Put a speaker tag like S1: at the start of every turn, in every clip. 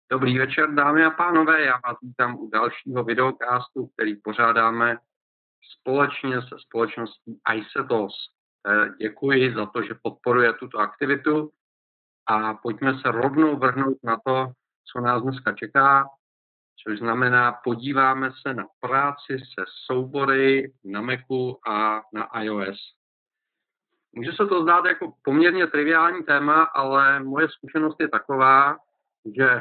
S1: Dobrý večer, dámy a pánové, já vás vítám u dalšího videocastu, který pořádáme společně se společností iSetos. Děkuji za to, že podporuje tuto aktivitu a pojďme se rovnou vrhnout na to, co nás dneska čeká, což znamená, podíváme se na práci se soubory na Macu a na iOS. Může se to zdát jako poměrně triviální téma, ale moje zkušenost je taková, že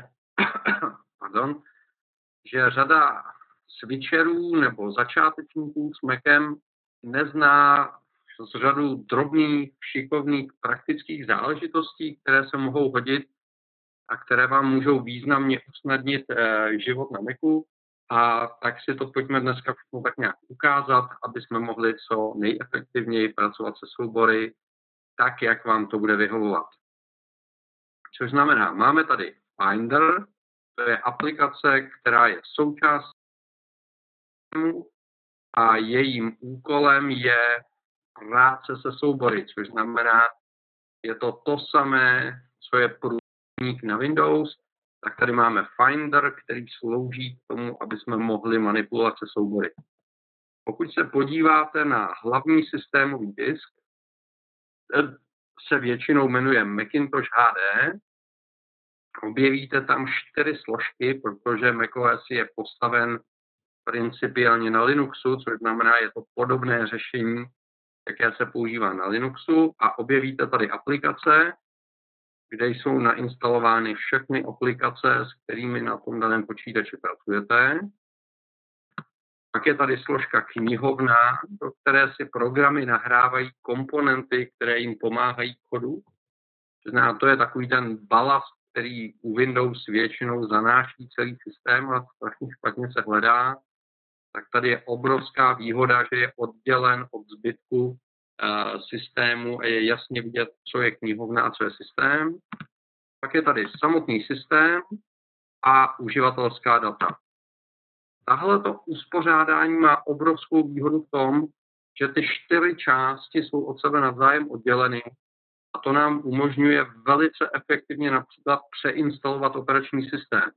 S1: že řada switcherů nebo začátečníků s Macem nezná řadu drobných, šikovných, praktických záležitostí, které se mohou hodit a které vám můžou významně usnadnit život na Macu. A tak si to pojďme dneska všechno tak nějak ukázat, aby jsme mohli co nejefektivněji pracovat se soubory, tak, jak vám to bude vyhovovat. Což znamená, máme tady Finder, to je aplikace, která je součástí a jejím úkolem je práce se soubory, což znamená, je to samé, co je průvodník na Windows, tak tady máme Finder, který slouží k tomu, aby jsme mohli manipulovat se soubory. Pokud se podíváte na hlavní systémový disk, se většinou jmenuje Macintosh HD, objevíte tam 4 složky, protože macOS je postaven principiálně na Linuxu, což znamená, je to podobné řešení, jaké se používá na Linuxu, a objevíte tady aplikace, kde jsou nainstalovány všechny aplikace, s kterými na tom daném počítači pracujete. Pak je tady složka knihovna, do které si programy nahrávají komponenty, které jim pomáhají k chodu. To je takový ten balast, který u Windows většinou zanáší celý systém a strašně špatně se hledá. Tak tady je obrovská výhoda, že je oddělen od zbytku systému a je jasně vidět, co je knihovna a co je systém. Pak je tady samotný systém a uživatelská data. Tahleto uspořádání má obrovskou výhodu v tom, že ty 4 části jsou od sebe navzájem odděleny a to nám umožňuje velice efektivně například přeinstalovat operační systém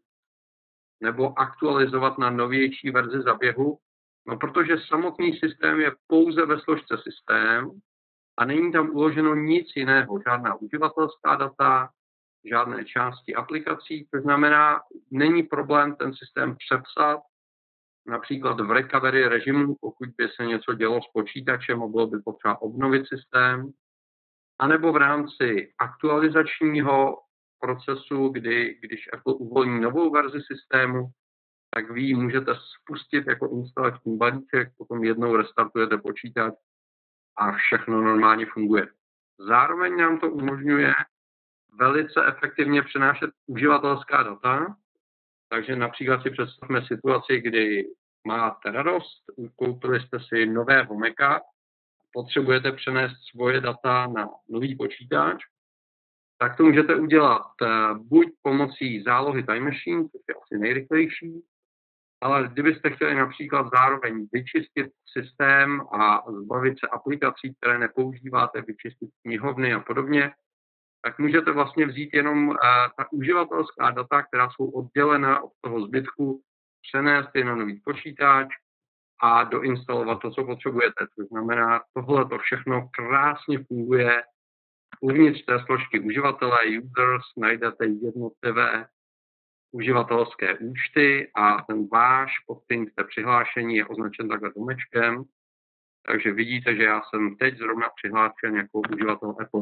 S1: nebo aktualizovat na novější verzi zaběhu, protože samotný systém je pouze ve složce systém a není tam uloženo nic jiného, žádná uživatelská data, žádné části aplikací, to znamená, není problém ten systém přepsat, například v recovery režimu, pokud by se něco dělo s počítačem a bylo by potřeba obnovit systém, anebo v rámci aktualizačního procesu, když Apple uvolní novou verzi systému, tak vy ji můžete spustit jako instalační balíček, potom jednou restartujete počítač a všechno normálně funguje. Zároveň nám to umožňuje velice efektivně přenášet uživatelská data, takže například si představme situaci, kdy máte radost, koupili jste si nového Maca, potřebujete přenést svoje data na nový počítač, tak to můžete udělat buď pomocí zálohy Time Machine, což je asi nejrychlejší, ale kdybyste chtěli například zároveň vyčistit systém a zbavit se aplikací, které nepoužíváte, vyčistit knihovny a podobně, tak můžete vlastně vzít jenom ta uživatelská data, která jsou oddělena od toho zbytku, přenést je na nový počítač a doinstalovat to, co potřebujete. To znamená, tohle to všechno krásně funguje. Uvnitř té složky uživatele, users, najdete jednotlivé uživatelské účty a ten váš, pod kterým jste přihlášení, je označen takhle domečkem. Takže vidíte, že já jsem teď zrovna přihlášen jako uživatel Apple.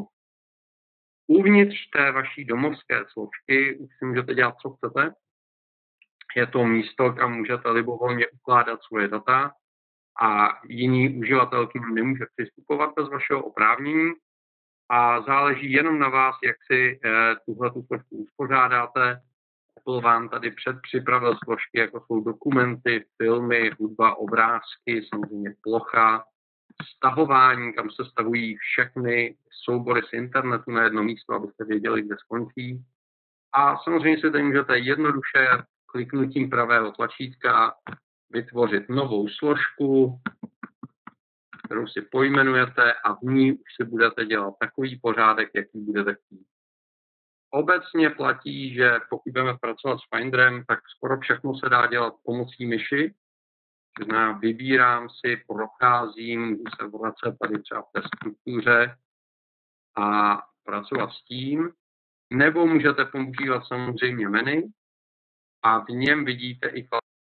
S1: Uvnitř té vaší domovské složky už si můžete dělat, co chcete. Je to místo, kam můžete libovolně ukládat svoje data a jiný uživatel k nim nemůže přistupovat bez vašeho oprávnění a záleží jenom na vás, jak si tuhletu složku uspořádáte. Apple vám tady předpřipravil složky, jako jsou dokumenty, filmy, hudba, obrázky, samozřejmě plocha, stahování, kam se stahují všechny soubory z internetu na jedno místo, abyste věděli, kde skončí. A samozřejmě si tady můžete jednoduše kliknutím pravého tlačítka vytvořit novou složku, kterou si pojmenujete a v ní už si budete dělat takový pořádek, jaký budete chtít. Obecně platí, že pokud budeme pracovat s Finderem, tak skoro všechno se dá dělat pomocí myši. To znamená, vybírám si, procházím, můžu se vracet tady třeba v té struktuře a pracovat s tím. Nebo můžete používat samozřejmě menu a v něm vidíte i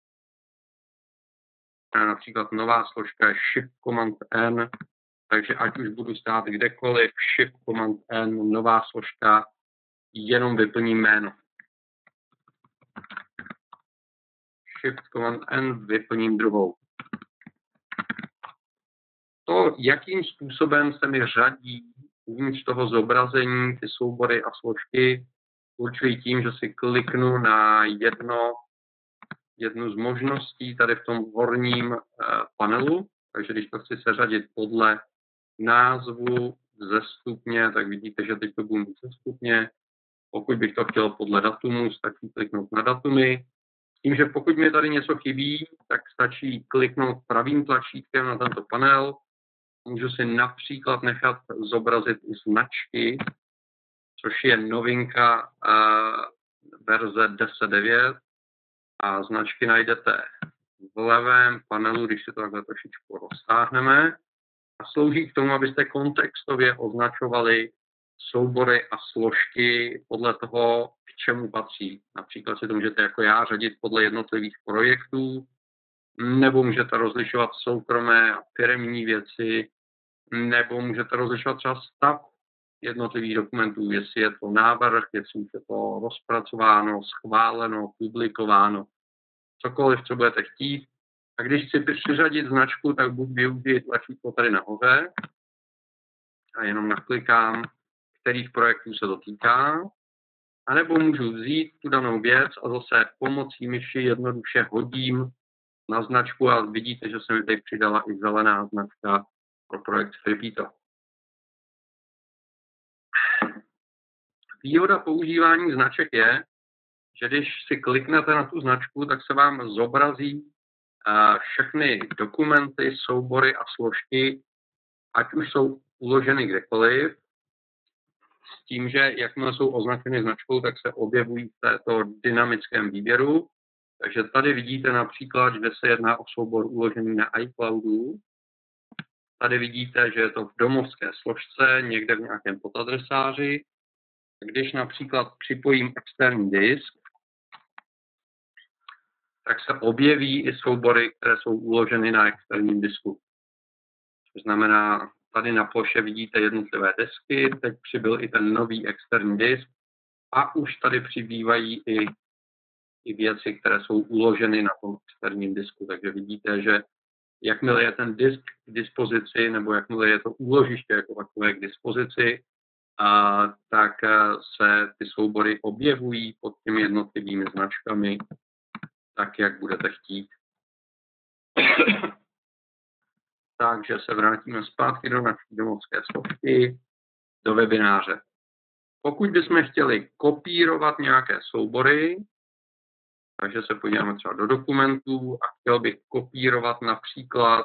S1: například nová složka je Shift Command N, takže ať už budu stát kdekoliv, Shift Command N, nová složka, jenom vyplním jméno. Shift Command N, vyplním druhou. To, jakým způsobem se mi řadí uvnitř toho zobrazení ty soubory a složky, určuji tím, že si kliknu na jednu z možností tady v tom horním panelu. Takže když to chci seřadit podle názvu vzestupně, tak vidíte, že teď to budu vzestupně. Pokud bych to chtěl podle datumu, stačí kliknout na datumy. Tím, že pokud mi tady něco chybí, tak stačí kliknout pravým tlačítkem na tento panel. Můžu si například nechat zobrazit i značky, což je novinka verze 10.9. A značky najdete v levém panelu, když si to takhle trošičku roztáhneme. A slouží k tomu, abyste kontextově označovali soubory a složky podle toho, k čemu patří. Například si to můžete jako já řadit podle jednotlivých projektů, nebo můžete rozlišovat soukromé a firemní věci, nebo můžete rozlišovat třeba stav jednotlivých dokumentů, jestli je to návrh, jestli je to rozpracováno, schváleno, publikováno, cokoliv, co budete chtít. A když chci přiřadit značku, tak buď využiji tlačítko tady nahoře a jenom naklikám, kterých projektů se to týká, anebo můžu vzít tu danou věc a zase pomocí myši jednoduše hodím na značku a vidíte, že se mi tady přidala i zelená značka pro projekt Freepito. Výhoda používání značek je, že když si kliknete na tu značku, tak se vám zobrazí všechny dokumenty, soubory a složky, ať už jsou uloženy kdekoliv, s tím, že jakmile jsou označeny značkou, tak se objevují v této dynamickém výběru. Takže tady vidíte například, že se jedná o soubor uložený na iCloudu. Tady vidíte, že je to v domovské složce, někde v nějakém podadresáři. Když například připojím externí disk, tak se objeví i soubory, které jsou uloženy na externím disku. To znamená, tady na ploše vidíte jednotlivé disky, teď přibyl i ten nový externí disk a už tady přibývají i věci, které jsou uloženy na tom externím disku. Takže vidíte, že jakmile je ten disk k dispozici, nebo jakmile je to úložiště jako takové k dispozici, tak se ty soubory objevují pod těmi jednotlivými značkami, tak, jak budete chtít. Takže se vrátíme zpátky do naší domovské složky, do webináře. Pokud bychom chtěli kopírovat nějaké soubory, takže se podíváme třeba do dokumentů a chtěl bych kopírovat například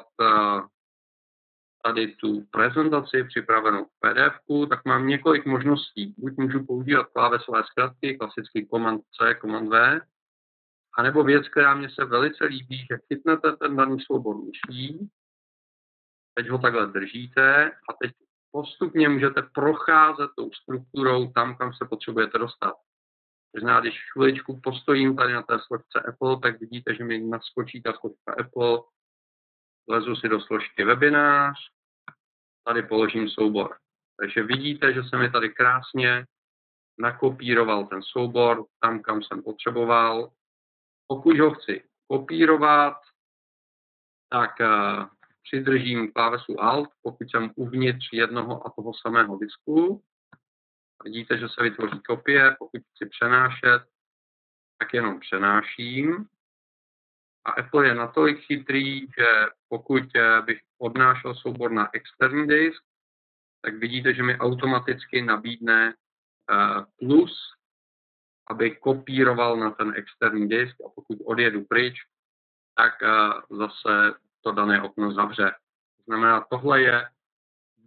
S1: tady tu prezentaci připravenou v PDF-ku, tak mám několik možností. Buď můžu používat klávesové zkratky, klasický Command C, Command V, anebo věc, která mě se velice líbí, že chytnete ten daný soubor myší, teď ho takhle držíte a teď postupně můžete procházet tou strukturou tam, kam se potřebujete dostat. To znamená, když chviličku postojím tady na té složce Apple, tak vidíte, že mi naskočí ta složka Apple, lezu si do složky webinář, tady položím soubor. Takže vidíte, že se mi tady krásně nakopíroval ten soubor tam, kam jsem potřeboval. Pokud ho chci kopírovat, tak přidržím klávesu Alt, pokud jsem uvnitř jednoho a toho samého disku. Vidíte, že se vytvoří kopie, pokud chci přenášet, tak jenom přenáším. A Apple je natolik chytrý, že pokud bych odnášel soubor na externí disk, tak vidíte, že mi automaticky nabídne plus, aby kopíroval na ten externí disk a pokud odjedu pryč, tak zase to dané okno zavře. To znamená, tohle je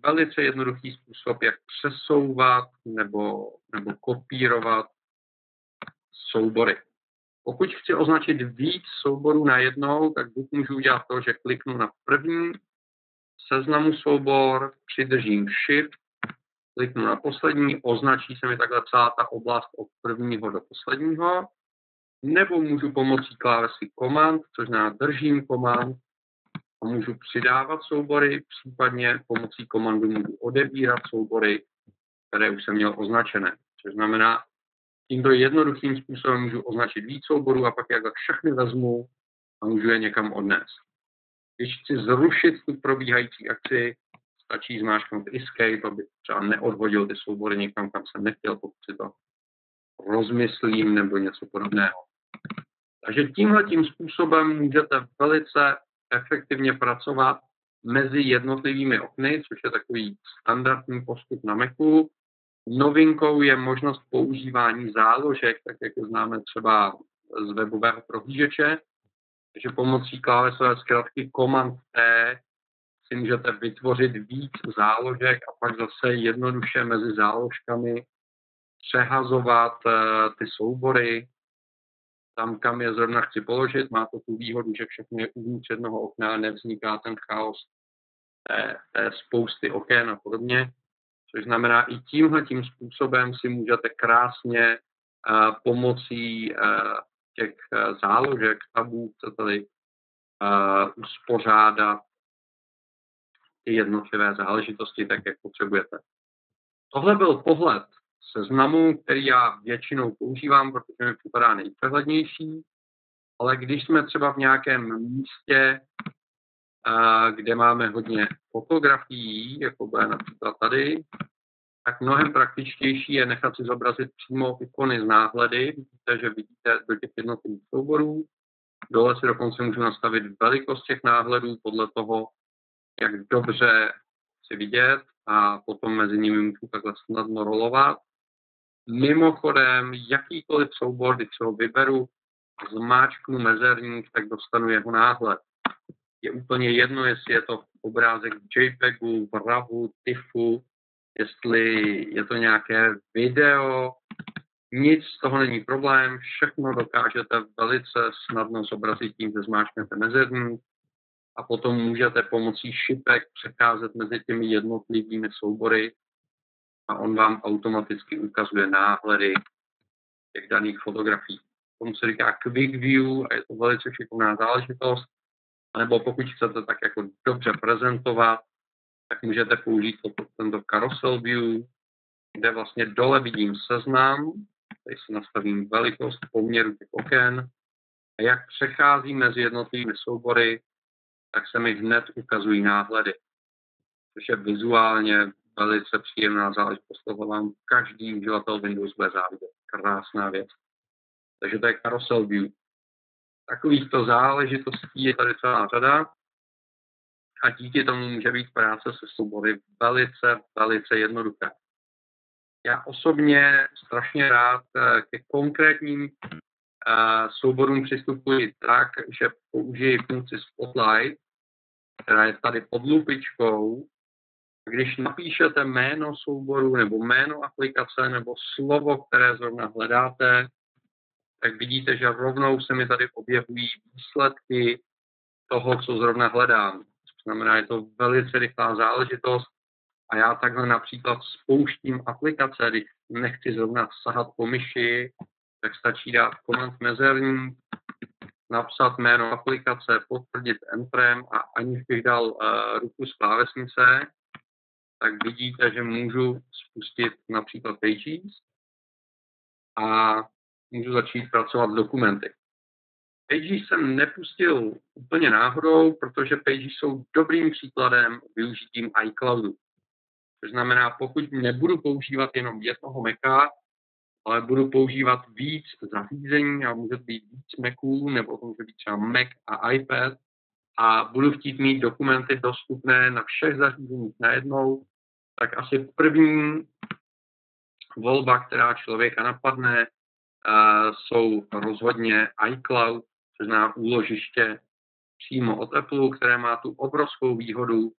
S1: velice jednoduchý způsob, jak přesouvat nebo kopírovat soubory. Pokud chci označit víc souborů najednou, tak buď můžu udělat to, že kliknu na první seznamu soubor, přidržím Shift, kliknu na poslední, označí se mi takhle celá ta oblast od prvního do posledního, nebo můžu pomocí klávesy Command, což znamená držím Command a můžu přidávat soubory, případně pomocí komandu můžu odebírat soubory, které už jsem měl označené. Což znamená, tímto jednoduchým způsobem můžu označit víc souborů a pak jak všechny vezmu a můžu je někam odnést. Když chci zrušit tu probíhající akci, stačí zmáčknout Escape, aby třeba neodhodil ty soubory někam, kam jsem nechtěl, pokud si to rozmyslím nebo něco podobného. Takže tímhletím způsobem můžete velice efektivně pracovat mezi jednotlivými okny, což je takový standardní postup na Macu. Novinkou je možnost používání záložek, tak jak je známe třeba z webového prohlížeče. Takže pomocí klávesové zkratky Command T si můžete vytvořit víc záložek a pak zase jednoduše mezi záložkami přehazovat ty soubory tam, kam je zrovna chci položit. Má to tu výhodu, že všechno je uvnitř jednoho okna, nevzniká ten chaos spousty oken a podobně. Což znamená, i tímhletím způsobem si můžete krásně pomocí těch záložek, tabů, chcete-li, uspořádat ty jednotlivé záležitosti tak, jak potřebujete. Tohle byl pohled seznamu, který já většinou používám, protože mi připadá nejpřehlednější, ale když jsme třeba v nějakém místě, kde máme hodně fotografií, jako bude například tady, tak mnohem praktičtější je nechat si zobrazit přímo ikony z náhledy. Vidíte, že vidíte do těch jednotlivých souborů. Dole si dokonce můžu nastavit velikost těch náhledů podle toho, jak dobře si vidět a potom mezi nimi můžu takhle snadno rolovat. Mimochodem, jakýkoliv soubor, když ho vyberu a zmáčknu mezerník, tak dostanu jeho náhled. Je úplně jedno, jestli je to obrázek v JPEGu, v RAWu, TIFFu, jestli je to nějaké video, nic z toho není problém, všechno dokážete velice snadno zobrazit tím, že zmáčknete mezerník a potom můžete pomocí šipek přecházet mezi těmi jednotlivými soubory a on vám automaticky ukazuje náhledy těch daných fotografií. Tomu se říká Quick View a je to velice šikovná záležitost. A nebo pokud chcete tak jako dobře prezentovat, tak můžete použít tento Carousel View, kde vlastně dole vidím seznam, tady si nastavím velikost poměru těch oken a jak přecházím mezi jednotlivými soubory, tak se mi hned ukazují náhledy. Což je vizuálně velice příjemná záležitost, toho vám každý uživatel Windows bude závidět. Krásná věc. Takže to je Carousel View. Takovýchto záležitostí je tady celá řada a díky tomu může být práce se soubory velice jednoduchá. Já osobně strašně rád ke konkrétním souborům přistupuji tak, že použiji funkci Spotlight, která je tady pod lupičkou. Když napíšete jméno souboru nebo jméno aplikace nebo slovo, které zrovna hledáte, tak vidíte, že rovnou se mi tady objevují výsledky toho, co zrovna hledám. To znamená, je to velice rychlá záležitost a já takhle například spouštím aplikace, když nechci zrovna sahat po myši, tak stačí dát command mezerník, napsat jméno aplikace, potvrdit Entrem a aniž bych dal ruku z klávesnice, tak vidíte, že můžu spustit například Pages a můžu začít pracovat s dokumenty. Pages jsem nepustil úplně náhodou, protože Pages jsou dobrým příkladem využitím iCloudu. To znamená, pokud nebudu používat jenom jednoho Maca, ale budu používat víc zařízení a může být víc Maců, nebo to může být třeba Mac a iPad a budu chtít mít dokumenty dostupné na všech zařízeních najednou, tak asi první volba, která člověka napadne, jsou rozhodně iCloud, což znamená úložiště přímo od Apple, které má tu obrovskou výhodu,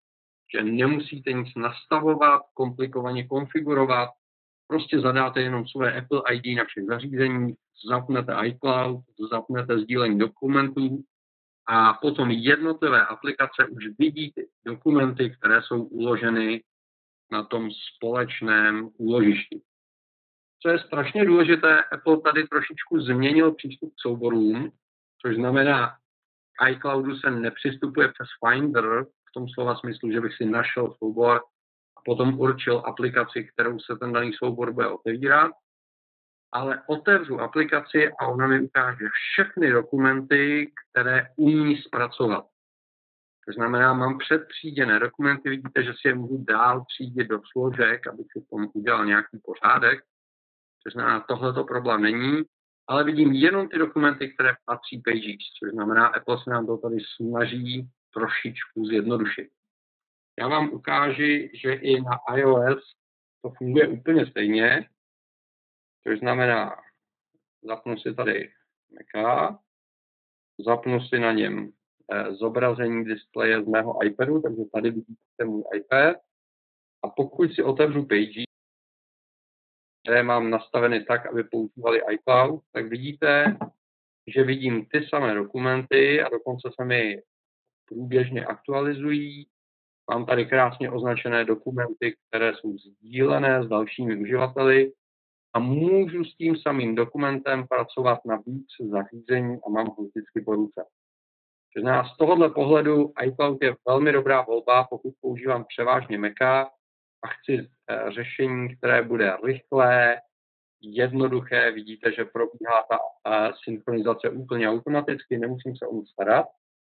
S1: že nemusíte nic nastavovat, komplikovaně konfigurovat, prostě zadáte jenom své Apple ID na všech zařízeních, zapnete iCloud, zapnete sdílení dokumentů a potom jednotlivé aplikace už vidí ty dokumenty, které jsou uloženy na tom společném úložišti. Co je strašně důležité, Apple tady trošičku změnil přístup k souborům, což znamená, k iCloudu se nepřistupuje přes Finder, v tom slova smyslu, že bych si našel soubor a potom určil aplikaci, kterou se ten daný soubor bude otevírat, ale otevřu aplikaci a ona mi ukáže všechny dokumenty, které umí zpracovat. To znamená, mám předtříděné dokumenty, vidíte, že si je můžu dál třídit do složek, abych si v tom udělal nějaký pořádek. To znamená, tohleto problém není, ale vidím jenom ty dokumenty, které patří Pages, což znamená, Apple se nám to tady snaží trošičku zjednodušit. Já vám ukážu, že i na iOS to funguje úplně stejně, což znamená, zapnu si tady Maca, zapnu si na něm zobrazení displeje z mého iPadu, takže tady vidíte můj iPad. A pokud si otevřu Pages, které mám nastaveny tak, aby používali iCloud, tak vidíte, že vidím ty samé dokumenty a dokonce se mi průběžně aktualizují. Mám tady krásně označené dokumenty, které jsou sdílené s dalšími uživateli a můžu s tím samým dokumentem pracovat na víc zařízení a mám ho vždycky po ruce. Z tohohle pohledu iCloud je velmi dobrá volba, pokud používám převážně Maca a chci řešení, které bude rychlé, jednoduché. Vidíte, že probíhá ta synchronizace úplně automaticky, nemusím se o nic starat.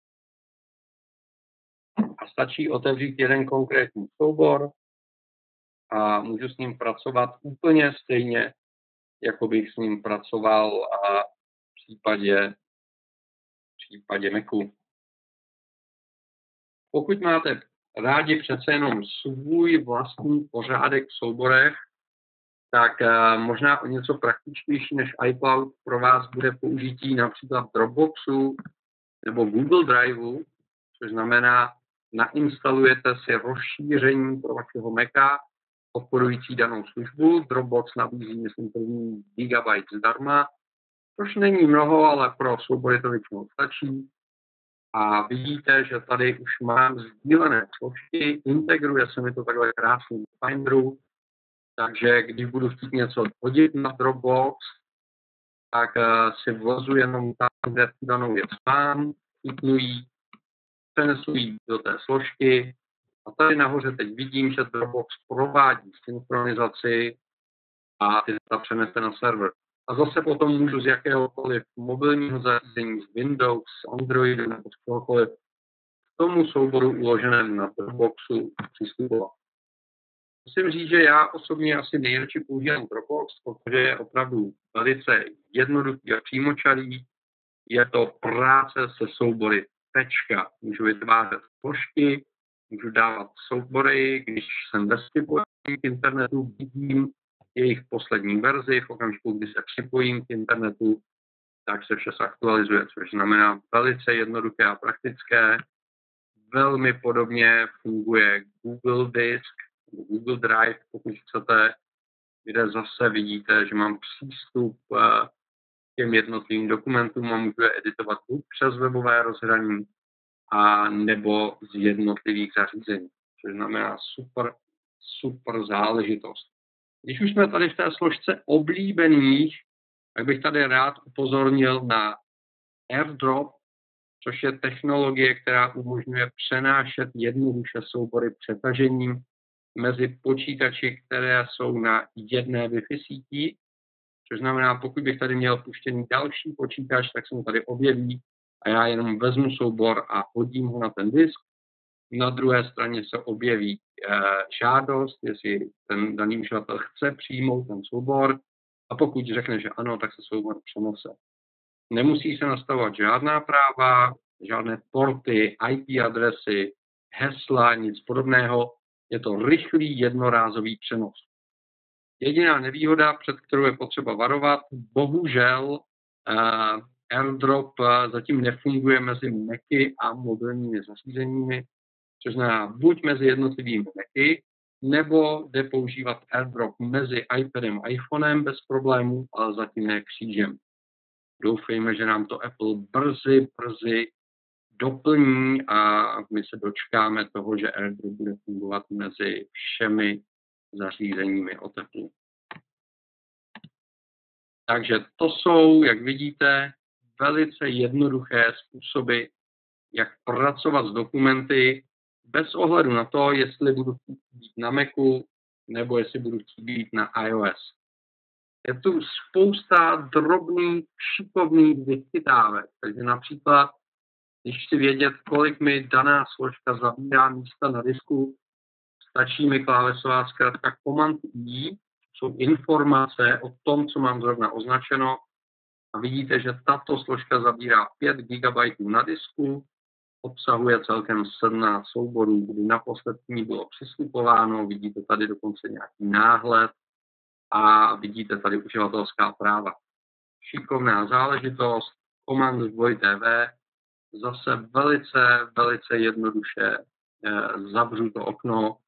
S1: A stačí otevřít jeden konkrétní soubor a můžu s ním pracovat úplně stejně, jako bych s ním pracoval v případě Macu. Pokud máte rádi přece jenom svůj vlastní pořádek v souborech, tak možná o něco praktičtější než iCloud pro vás bude použití například Dropboxu nebo Google Driveu, což znamená, nainstalujete si rozšíření pro vašeho Maca podporující danou službu. Dropbox nabízí, myslím, 1 GB zdarma, což není mnoho, ale pro soubory to většinou stačí. A vidíte, že tady už mám sdílené složky, integruje se mi to takhle krásně v Finderu, takže když budu chtít něco hodit na Dropbox, tak si vlozu jenom tam, kde tu danou věc mám, chytnu ji, přenesu ji do té složky a tady nahoře teď vidím, že Dropbox provádí synchronizaci a ty data přenese na server. A zase potom můžu z jakéhokoliv mobilního zařízení, z Windows, z Androidu nebo z kohokoliv k tomu souboru uloženém na Dropboxu přistupovat. Musím říct, že já osobně asi nejradši používám Dropbox, protože je opravdu velice jednoduchý a přímočarý. Je to práce se soubory tečka. Můžu vytvářet složky, můžu dávat soubory, když jsem bez připojení k internetu, vidím jejich poslední verzi, v okamžiku, kdy se připojím k internetu, tak se vše aktualizuje, což znamená velice jednoduché a praktické. Velmi podobně funguje Google Disk, Google Drive, pokud chcete, kde zase vidíte, že mám přístup k těm jednotlivým dokumentům a můžu je editovat buď přes webové rozhraní a nebo z jednotlivých zařízení, což znamená super záležitost. Když už jsme tady v té složce oblíbených, tak bych tady rád upozornil na AirDrop, což je technologie, která umožňuje přenášet jednoduše soubory přetažením mezi počítači, které jsou na jedné Wi-Fi síti, což znamená, pokud bych tady měl puštěný další počítač, tak se mu tady objeví a já jenom vezmu soubor a hodím ho na ten disk. Na druhé straně se objeví žádost, jestli ten daný uživatel chce přijmout ten soubor a pokud řekne, že ano, tak se soubor přenese. Nemusí se nastavovat žádná práva, žádné porty, IP adresy, hesla, nic podobného. Je to rychlý jednorázový přenos. Jediná nevýhoda, před kterou je potřeba varovat, bohužel AirDrop zatím nefunguje mezi Macy a mobilními zařízeními, což znamená buď mezi jednotlivými Macy, nebo jde používat AirDrop mezi iPadem a iPhonem bez problémů, ale zatím ne křížem. Doufejme, že nám to Apple brzy doplní a my se dočkáme toho, že AirDrop bude fungovat mezi všemi zařízeními od Apple. Takže to jsou, jak vidíte, velice jednoduché způsoby, jak pracovat s dokumenty bez ohledu na to, jestli budu chtít být na Macu nebo jestli budu chtít být na iOS. Je tu spousta drobných, šikovných vychytávek. Takže například, když chci vědět, kolik mi daná složka zabírá místa na disku, stačí mi klávesová zkratka Command I, jsou informace o tom, co mám zrovna označeno. A vidíte, že tato složka zabírá 5 GB na disku, obsahuje celkem 17 souborů, kdy naposled k ní bylo přistupováno, vidíte tady dokonce nějaký náhled a vidíte tady uživatelská práva. Šikovná záležitost, Command 2TV, zase velice jednoduše zavřu to okno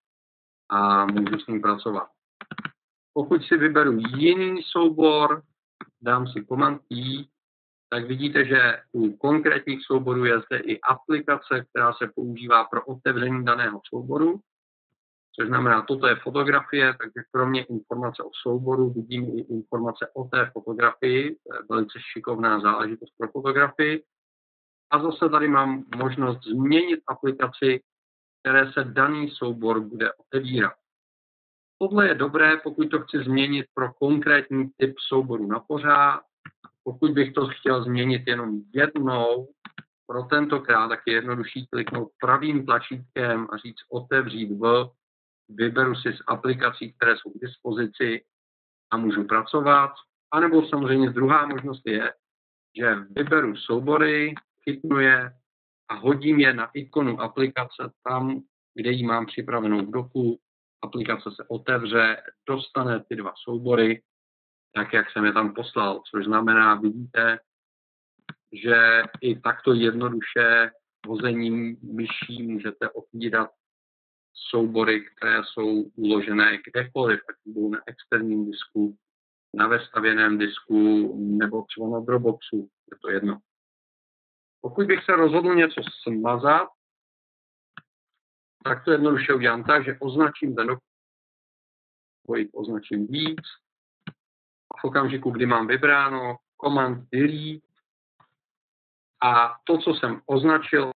S1: a můžu s ním pracovat. Pokud si vyberu jiný soubor, dám si Command I, tak vidíte, že u konkrétních souborů je zde i aplikace, která se používá pro otevření daného souboru, což znamená, toto je fotografie, takže kromě informace o souboru vidím i informace o té fotografii, to je velice šikovná záležitost pro fotografii. A zase tady mám možnost změnit aplikaci, které se daný soubor bude otevírat. Tohle je dobré, pokud to chci změnit pro konkrétní typ souboru na pořád. Pokud bych to chtěl změnit jenom jednou, pro tentokrát, tak je jednodušší kliknout pravým tlačítkem a říct otevřít vyberu si z aplikací, které jsou k dispozici a můžu pracovat. A nebo samozřejmě druhá možnost je, že vyberu soubory, chytnu je a hodím je na ikonu aplikace tam, kde ji mám připravenou v doku. Aplikace se otevře, dostane ty dva soubory, tak jak jsem je tam poslal, což znamená, vidíte, že i takto jednoduše hozením myší můžete otvírat soubory, které jsou uložené kdekoliv, ať budou na externím disku, na vestavěném disku nebo třeba na Dropboxu, je to jedno. Pokud bych se rozhodl něco smazat, tak to jednoduše udělám tak, že označím ten dokument, označím víc a v okamžiku, kdy mám vybráno Command Delete a to, co jsem označil,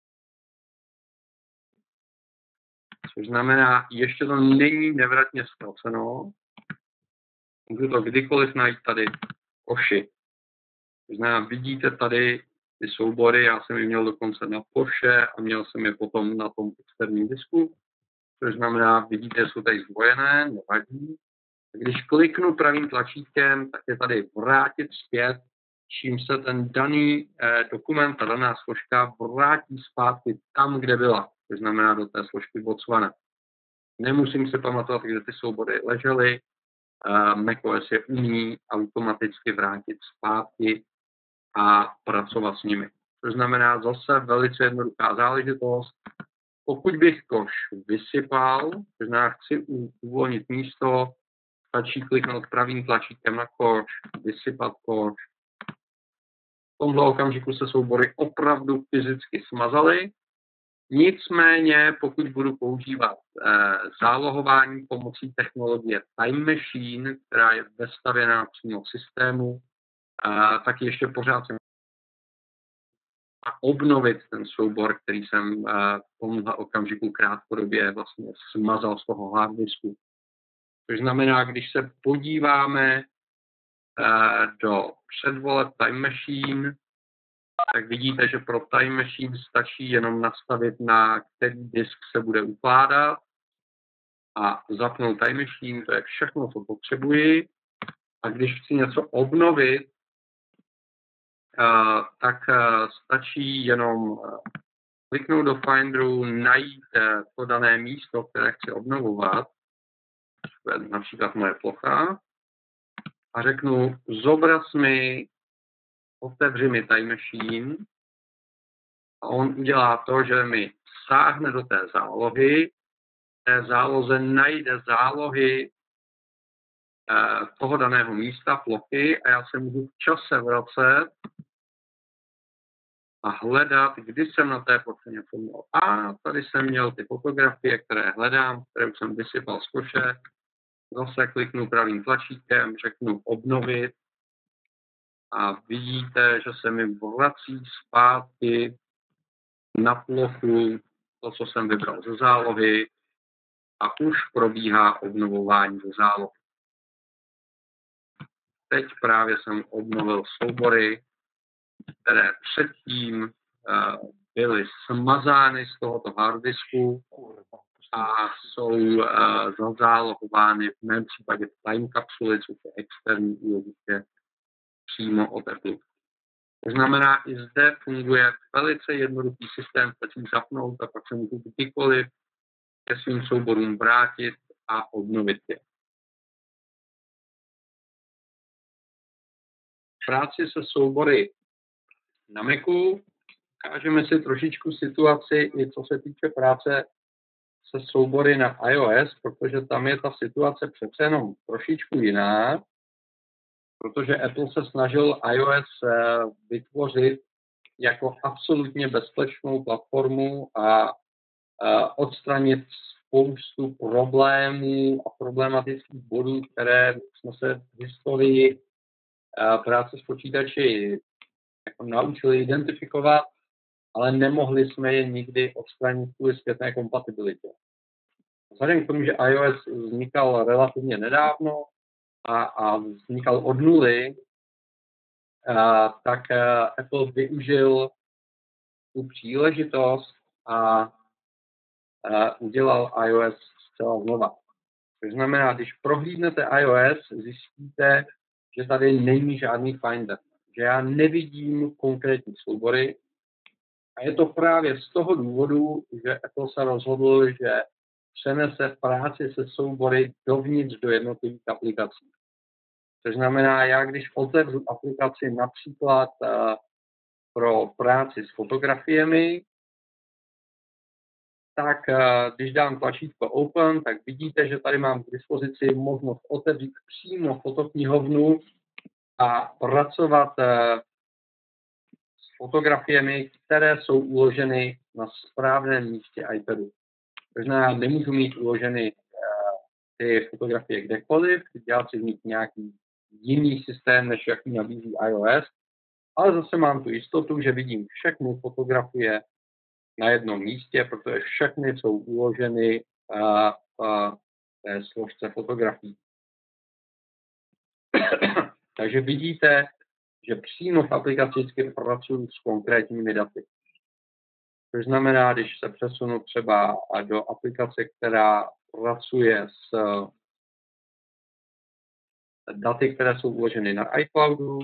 S1: což znamená, ještě to není nevratně ztraceno, můžu to kdykoliv najít tady v koši. To znamená, vidíte tady ty soubory, já jsem je měl dokonce na koše a měl jsem je potom na tom externím disku, což znamená, vidíte, jsou tady zdvojené, nevadí. Když kliknu pravým tlačítkem, tak je tady vrátit zpět, čím se ten daný dokument, ta daná složka vrátí zpátky tam, kde byla. To znamená do té složky Botswana. Nemusím si pamatovat, kde ty soubory ležely. macOS je umí automaticky vrátit zpátky a pracovat s nimi. To znamená zase velice jednoduchá záležitost. Pokud bych koš vysypal, to znamená chci uvolnit místo, stačí kliknout pravým tlačítkem na koš, vysypat koš. V tomhle okamžiku se soubory opravdu fyzicky smazaly. Nicméně, pokud budu používat zálohování pomocí technologie Time Machine, která je vestavěná přímo v systému, tak ještě pořád jsem a obnovit ten soubor, který jsem v tomhle okamžiku krátkodobě vlastně smazal z toho harddisku. Což znamená, když se podíváme do předvoleb Time Machine, tak vidíte, že pro Time Machine stačí jenom nastavit, na který disk se bude ukládat a zapnout Time Machine, to je všechno, co potřebuji. A když chci něco obnovit, tak stačí jenom kliknout do Finderu, najít to dané místo, které chci obnovovat, například moje plocha, a řeknu, zobraz mi, otevři mi Time Machine a on udělá to, že mi sáhne do té zálohy, té záloze najde zálohy toho daného místa, plochy a já se můžu v čase vracet a hledat, kdy jsem na té ploše něco měl. A tady jsem měl ty fotografie, které hledám, které už jsem vysypal z koše. Zase kliknu pravým tlačítkem, řeknu obnovit a vidíte, že se mi vrací zpátky na plochu to, co jsem vybral ze zálohy a už probíhá obnovování ze zálohy. Teď právě jsem obnovil soubory, které předtím byly smazány z tohoto harddisku a jsou zazálohovány v mém případě v time kapsuli, což je externí úložiště přímo od Apple. To znamená, i zde funguje velice jednoduchý systém, stačí zapnout a pak se můžu kdykoliv ke svým souborům vrátit a obnovit je. V práci se soubory na Macu ukážeme si trošičku situaci, i co se týče práce se soubory na iOS, protože tam je ta situace přece jenom trošičku jiná, protože Apple se snažil iOS vytvořit jako absolutně bezpečnou platformu a odstranit spoustu problémů a problematických bodů, které jsme se v historii práce s počítači jako naučili identifikovat, ale nemohli jsme je nikdy odstranit kvůli zpětné kompatibilitě. Vzhledem k tomu, že iOS vznikal relativně nedávno a vznikal od nuly, tak Apple využil tu příležitost a udělal iOS zcela znova. To znamená, když prohlídnete iOS, zjistíte, že tady není žádný Finder, že já nevidím konkrétní soubory. A je to právě z toho důvodu, že Apple se rozhodl, že přenese práci se soubory dovnitř do jednotlivých aplikací. To znamená, já když otevřu aplikaci například pro práci s fotografiemi, tak když dám tlačítko Open, tak vidíte, že tady mám k dispozici možnost otevřít přímo fotoknihovnu a pracovat s fotografiemi, které jsou uloženy na správném místě iPadu. To znamená, nemůžu mít uloženy ty fotografie kdekoliv, dělat si mít nějaký jiný systém, než jaký nabízí iOS, ale zase mám tu jistotu, že vidím všechny fotografie na jednom místě, protože všechny jsou uloženy v té složce fotografií. Takže vidíte, že přímo v aplikaci pracuji s konkrétními daty. To znamená, když se přesunu třeba do aplikace, která pracuje s daty, které jsou uloženy na iCloudu,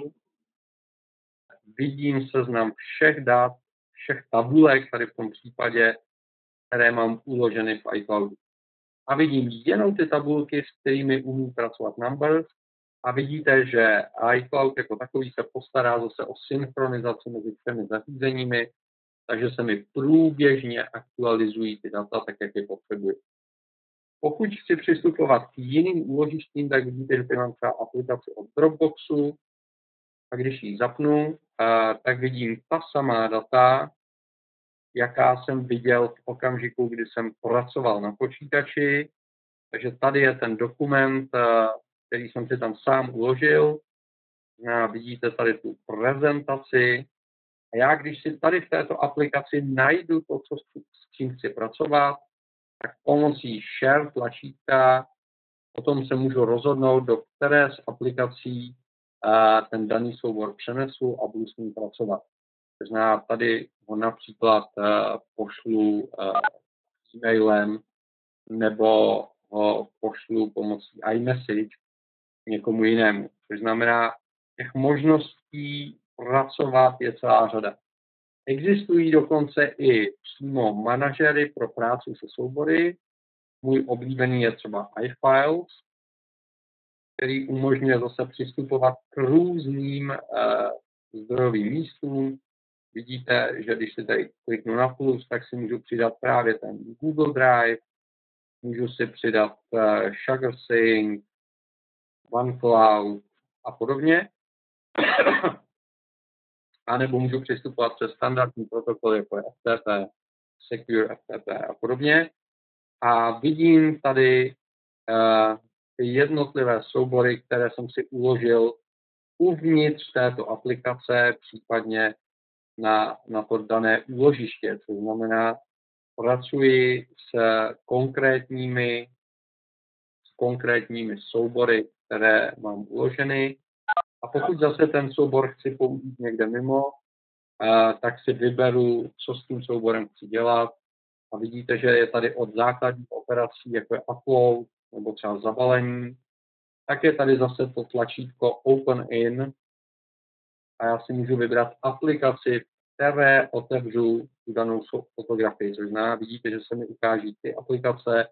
S1: vidím seznam všech dat, všech tabulek, tady v tom případě, které mám uloženy v iCloudu. A vidím jenom ty tabulky, s kterými umí pracovat Numbers. A vidíte, že iCloud jako takový se postará zase o synchronizaci mezi všemi zařízeními, takže se mi průběžně aktualizují ty data tak, jak je potřebuji. Pokud chci přistupovat k jiným úložištím, tak vidíte, že tady mám třeba aplikaci od Dropboxu, a když ji zapnu, tak vidím ta samá data, jaká jsem viděl v okamžiku, kdy jsem pracoval na počítači. Takže tady je ten dokument, který jsem si tam sám uložil. Vidíte tady tu prezentaci. A já, když si tady v této aplikaci najdu to, s čím chci pracovat, tak pomocí Share tlačítka potom se můžu rozhodnout, do které z aplikací ten daný soubor přenesu a budu s ním pracovat. To znamená, tady ho například pošlu e-mailem nebo ho pošlu pomocí iMessage někomu jinému. To znamená, těch možností pracovat je celá řada. Existují dokonce i přímo manažery pro práci se soubory. Můj oblíbený je třeba iFiles, který umožňuje zase přistupovat k různým zdrojovým místům. Vidíte, že když si tady kliknu na plus, tak si můžu přidat právě ten Google Drive, můžu si přidat SugarSync, OneCloud a podobně. A nebo můžu přistupovat přes standardní protokoly, jako je FTP, Secure FTP a podobně. A vidím tady ty jednotlivé soubory, které jsem si uložil uvnitř této aplikace, případně na to dané úložiště. To znamená, pracuji s konkrétními soubory, které mám uloženy. A pokud zase ten soubor chci použít někde mimo, tak si vyberu, co s tím souborem chci dělat. A vidíte, že je tady od základních operací, jako je upload nebo třeba zabalení, tak je tady zase to tlačítko Open In a já si můžu vybrat aplikaci, které otevřu tu danou fotografii. Což znamená, vidíte, že se mi ukáží ty aplikace,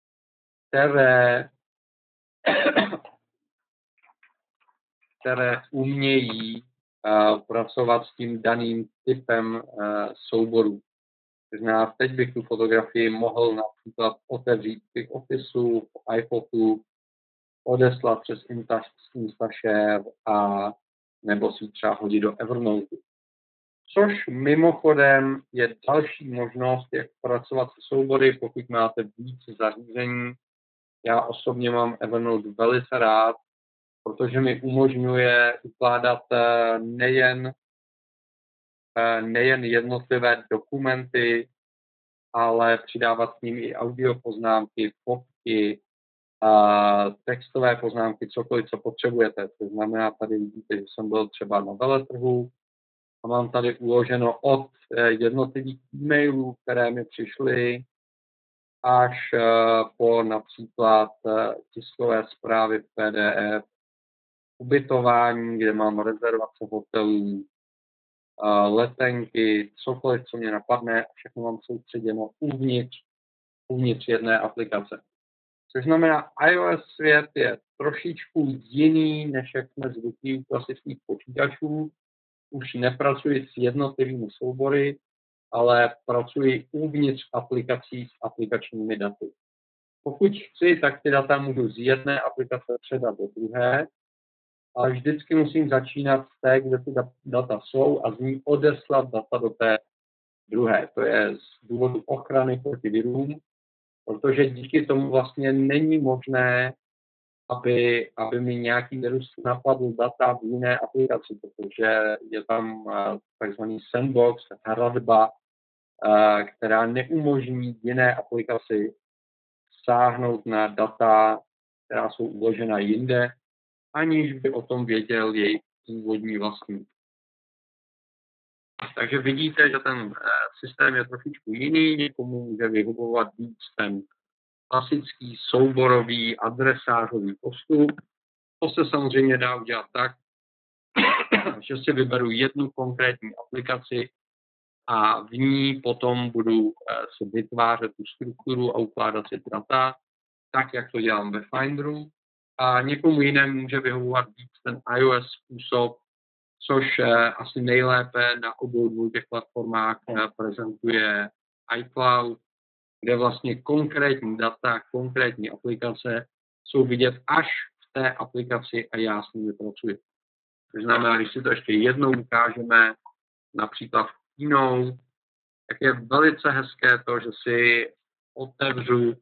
S1: které umějí pracovat s tím daným typem souboru. To znamená, teď bych tu fotografii mohl například otevřít v Officeu, v iPhotu, odeslat přes Instashare a nebo si třeba hodit do Evernote. Což mimochodem je další možnost, jak pracovat se soubory, pokud máte víc zařízení. Já osobně mám Evernote velice rád, protože mi umožňuje ukládat nejen jednotlivé dokumenty, ale přidávat k ním i audio poznámky, fotky, textové poznámky, cokoliv, co potřebujete. To znamená, tady vidíte, že jsem byl třeba na veletrhu a mám tady uloženo od jednotlivých e-mailů, které mi přišly, až po například tiskové zprávy v PDF, ubytování, kde mám rezervace hotelů, letenky, cokoliv, co mě napadne, všechno mám soustředěno uvnitř jedné aplikace. Což znamená, iOS svět je trošičku jiný, než jak jsme zvyklí u klasických počítačů. Už nepracuji s jednotlivými soubory, ale pracuji uvnitř aplikací s aplikačními daty. Pokud chci, tak ty data můžu z jedné aplikace předat do druhé, ale vždycky musím začínat z té, kde ty data jsou a z ní odeslat data do té druhé. To je z důvodu ochrany proti virům, protože díky tomu vlastně není možné, aby mi nějaký virus napadl data v jiné aplikaci, protože je tam takzvaný sandbox, hradba, která neumožní jiné aplikaci sáhnout na data, která jsou uložena jinde, aniž by o tom věděl jejich původní vlastník. Takže vidíte, že ten systém je trošičku jiný, někomu může vyhovovat víc ten klasický souborový adresářový postup. To se samozřejmě dá udělat tak, že si vyberu jednu konkrétní aplikaci a v ní potom budu si vytvářet tu strukturu a ukládat si data, tak, jak to dělám ve Finderu. A někomu jinému může vyhovovat víc ten iOS způsob, což asi nejlépe na obou dvou těch platformách prezentuje iCloud, kde vlastně konkrétní data, konkrétní aplikace jsou vidět až v té aplikaci a já s nimi pracuji. To znamená, když si to ještě jednou ukážeme, například v Keynote, tak je velice hezké to, že si otevřu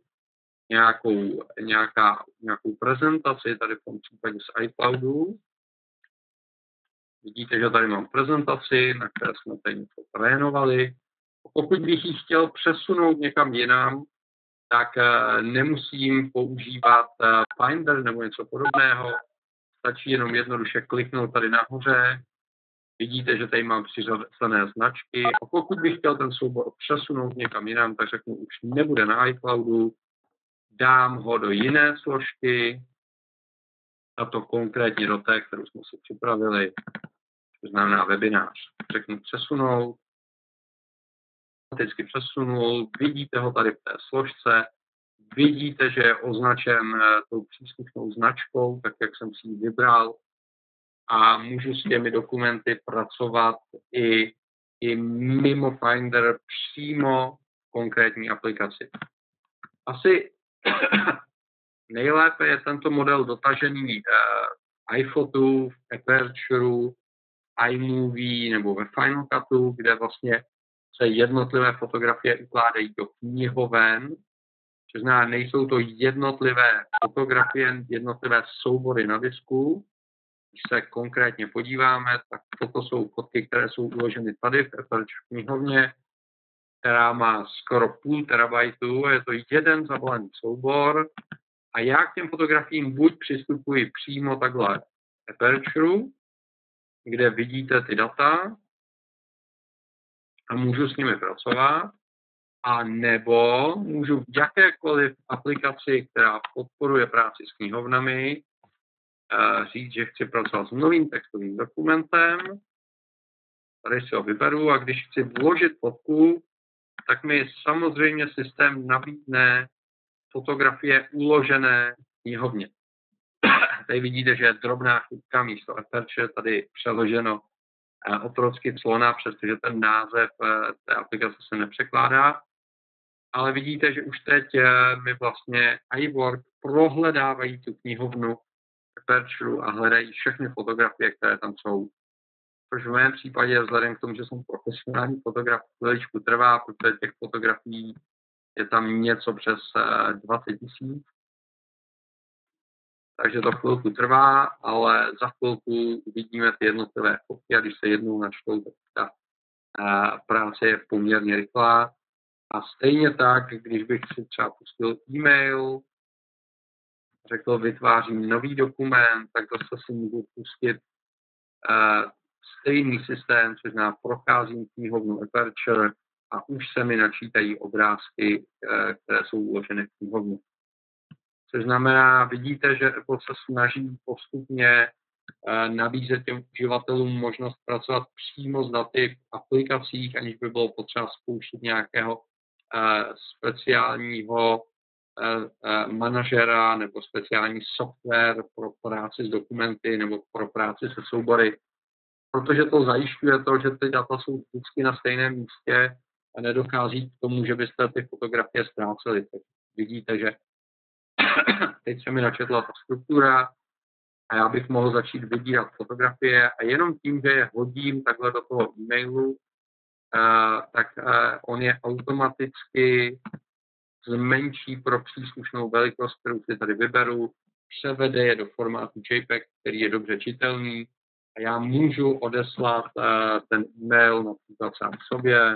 S1: nějakou prezentaci, tady v tom případě z iCloudu. Vidíte, že tady mám prezentaci, na které jsme tady něco trénovali. Pokud bych ji chtěl přesunout někam jinam, tak nemusím používat Finder nebo něco podobného. Stačí jenom jednoduše kliknout tady nahoře. Vidíte, že tady mám přiřazené značky. A pokud bych chtěl ten soubor přesunout někam jinam, tak řeknu, už nebude na iCloudu, dám ho do jiné složky, a to konkrétně do té, kterou jsme si připravili, to znamená webinář. Řeknu přesunout, automaticky přesunul, vidíte ho tady v té složce, vidíte, že je označen tou příslušnou značkou, tak jak jsem si ji vybral, a můžu s těmi dokumenty pracovat i i mimo Finder přímo v konkrétní aplikaci. Asi nejlépe je tento model dotažený iPhotu, v Apertureu, iMovie nebo ve Final Cutu, kde vlastně se jednotlivé fotografie ukládají do knihoven, což znamená, nejsou to jednotlivé fotografie, jednotlivé soubory na disku. Když se konkrétně podíváme, tak toto jsou fotky, které jsou uloženy tady v Aperture knihovně, která má skoro 0,5 terabajtu, je to jeden zabalený soubor a já k těm fotografiím buď přistupuji přímo takhle v Aperture, kde vidíte ty data a můžu s nimi pracovat, a nebo můžu v jakékoliv aplikaci, která podporuje práci s knihovnami, říct, že chci pracovat s novým textovým dokumentem. Tady si ho vyberu a když chci vložit fotku, tak mi samozřejmě systém nabídne fotografie uložené v knihovně. Tady vidíte, že je drobná chybka místo Aperture, tady přeloženo otrocky clona, přestože ten název té aplikace se nepřekládá. Ale vidíte, že už teď mi vlastně iWork prohledávají tu knihovnu Aperture a hledají všechny fotografie, které tam jsou. Což v mém případě, vzhledem k tomu, že jsem profesionální fotograf, chviličku trvá, protože těch fotografií je tam něco přes 20 000. Takže to chvilku trvá, ale za chvilku uvidíme ty jednotlivé fotky a když se jednou načtou, tak ta práce je poměrně rychlá. A stejně tak, když bych si třeba pustil e-mail, řekl, vytvářím nový dokument, tak zase si můžu pustit stejný systém, což znamená procházím knihovnu Aperture a už se mi načítají obrázky, které jsou uloženy v knihovně. Což znamená, vidíte, že Apple se snaží postupně nabízet těm uživatelům možnost pracovat přímo s daty v aplikacích, aniž by bylo potřeba spouštět nějakého speciálního manažera nebo speciální software pro práci s dokumenty nebo pro práci se soubory, protože to zajišťuje to, že ty data jsou vždycky na stejném místě a nedochází k tomu, že byste ty fotografie ztráceli. Tak vidíte, že teď se mi načetla ta struktura a já bych mohl začít vybírat fotografie a jenom tím, že je hodím takhle do toho e-mailu, tak on je automaticky zmenší pro příslušnou velikost, kterou si tady vyberu, převede je do formátu JPEG, který je dobře čitelný a já můžu odeslat ten e-mail například sám sobě.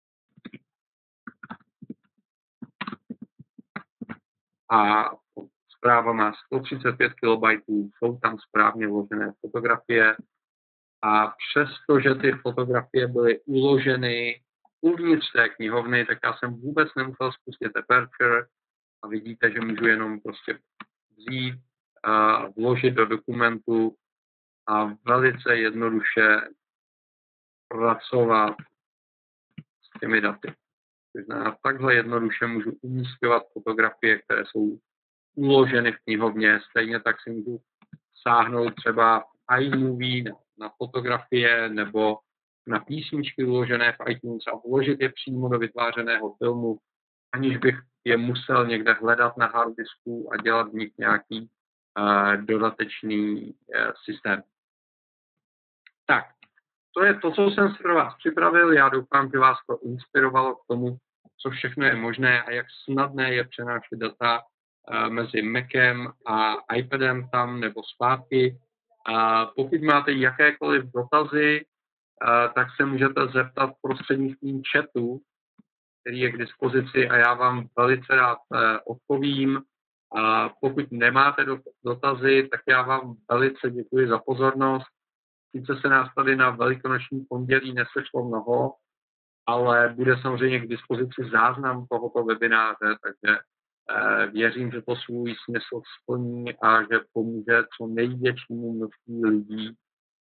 S1: A zpráva má 135 KB, jsou tam správně vložené fotografie a přestože ty fotografie byly uloženy uvnitř té knihovny, tak já jsem vůbec nemusel spustit Aperture a vidíte, že můžu jenom prostě vzít, vložit do dokumentu a velice jednoduše pracovat s těmi daty. Takhle jednoduše můžu umísťovat fotografie, které jsou uloženy v knihovně. Stejně tak si můžu sáhnout třeba iMovie na fotografie nebo na písničky uložené v iTunes a vložit je přímo do vytvářeného filmu, aniž bych je musel někde hledat na harddisku a dělat v nich nějaký dodatečný systém. Tak, to je to, co jsem si pro vás připravil. Já doufám, že vás to inspirovalo k tomu, co všechno je možné a jak snadné je přenášet data mezi Macem a iPadem tam nebo zpátky. Pokud máte jakékoliv dotazy, tak se můžete zeptat prostřednictvím chatu, který je k dispozici a já vám velice rád odpovím. Pokud nemáte dotazy, tak já vám velice děkuji za pozornost. Sice se nás tady na velikonoční pondělí nesešlo mnoho, ale bude samozřejmě k dispozici záznam tohoto webináře, takže věřím, že to svůj smysl splní a že pomůže co největšímu množství lidí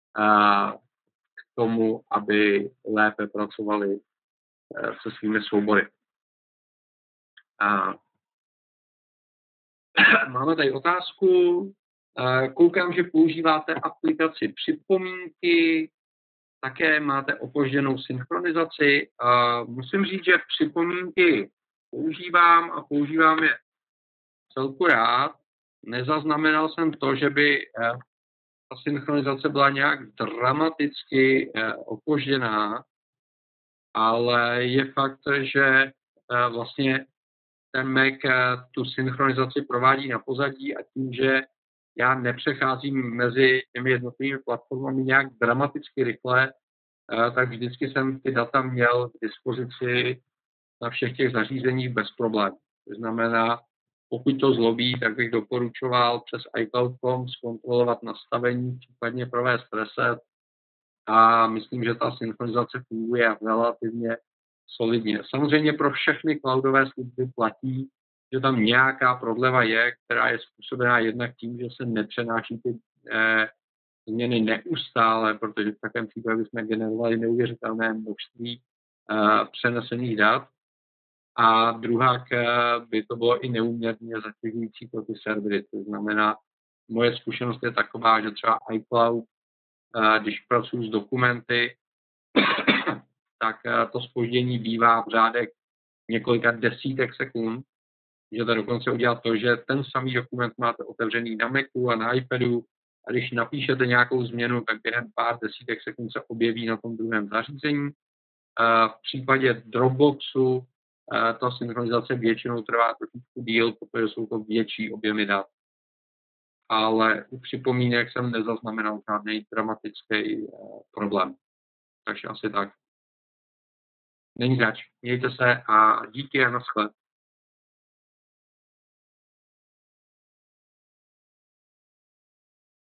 S1: k tomu, aby lépe pracovali se svými soubory. Máme tady otázku. Koukám, že používáte aplikaci Připomínky. také máte opožděnou synchronizaci. Musím říct, že připomínky používám je celku rád. Nezaznamenal jsem to, že by ta synchronizace byla nějak dramaticky opožděná, ale je fakt, že vlastně ten Mac tu synchronizaci provádí na pozadí a tím, že já nepřecházím mezi těmi jednotlivými platformami nějak dramaticky rychle, tak vždycky jsem ty data měl k dispozici na všech těch zařízeních bez problémů. To znamená, pokud to zlobí, tak bych doporučoval přes iCloud.com zkontrolovat nastavení, případně provést reset a myslím, že ta synchronizace funguje relativně solidně. Samozřejmě pro všechny cloudové služby platí, že tam nějaká prodleva je, která je způsobená jednak tím, že se nepřenáší ty změny neustále, protože v takovém případě bychom generovali neuvěřitelné množství přenesených dat. A druhá by to bylo i neúměrně zatěžující pro ty servery. To znamená, moje zkušenost je taková, že třeba iCloud, když pracuji s dokumenty, tak to zpoždění bývá v řádech několika desítek sekund. Můžete dokonce udělat to, že ten samý dokument máte otevřený na Macu a na iPadu a když napíšete nějakou změnu, tak během pár desítek sekund se objeví na tom druhém zařízení. V případě Dropboxu ta synchronizace většinou trvá trošičku díl, protože jsou to větší objemy dat. Ale u připomínek jsem nezaznamenal žádný dramatický problém. Takže asi tak. Není zač. Mějte se a díky a naschle.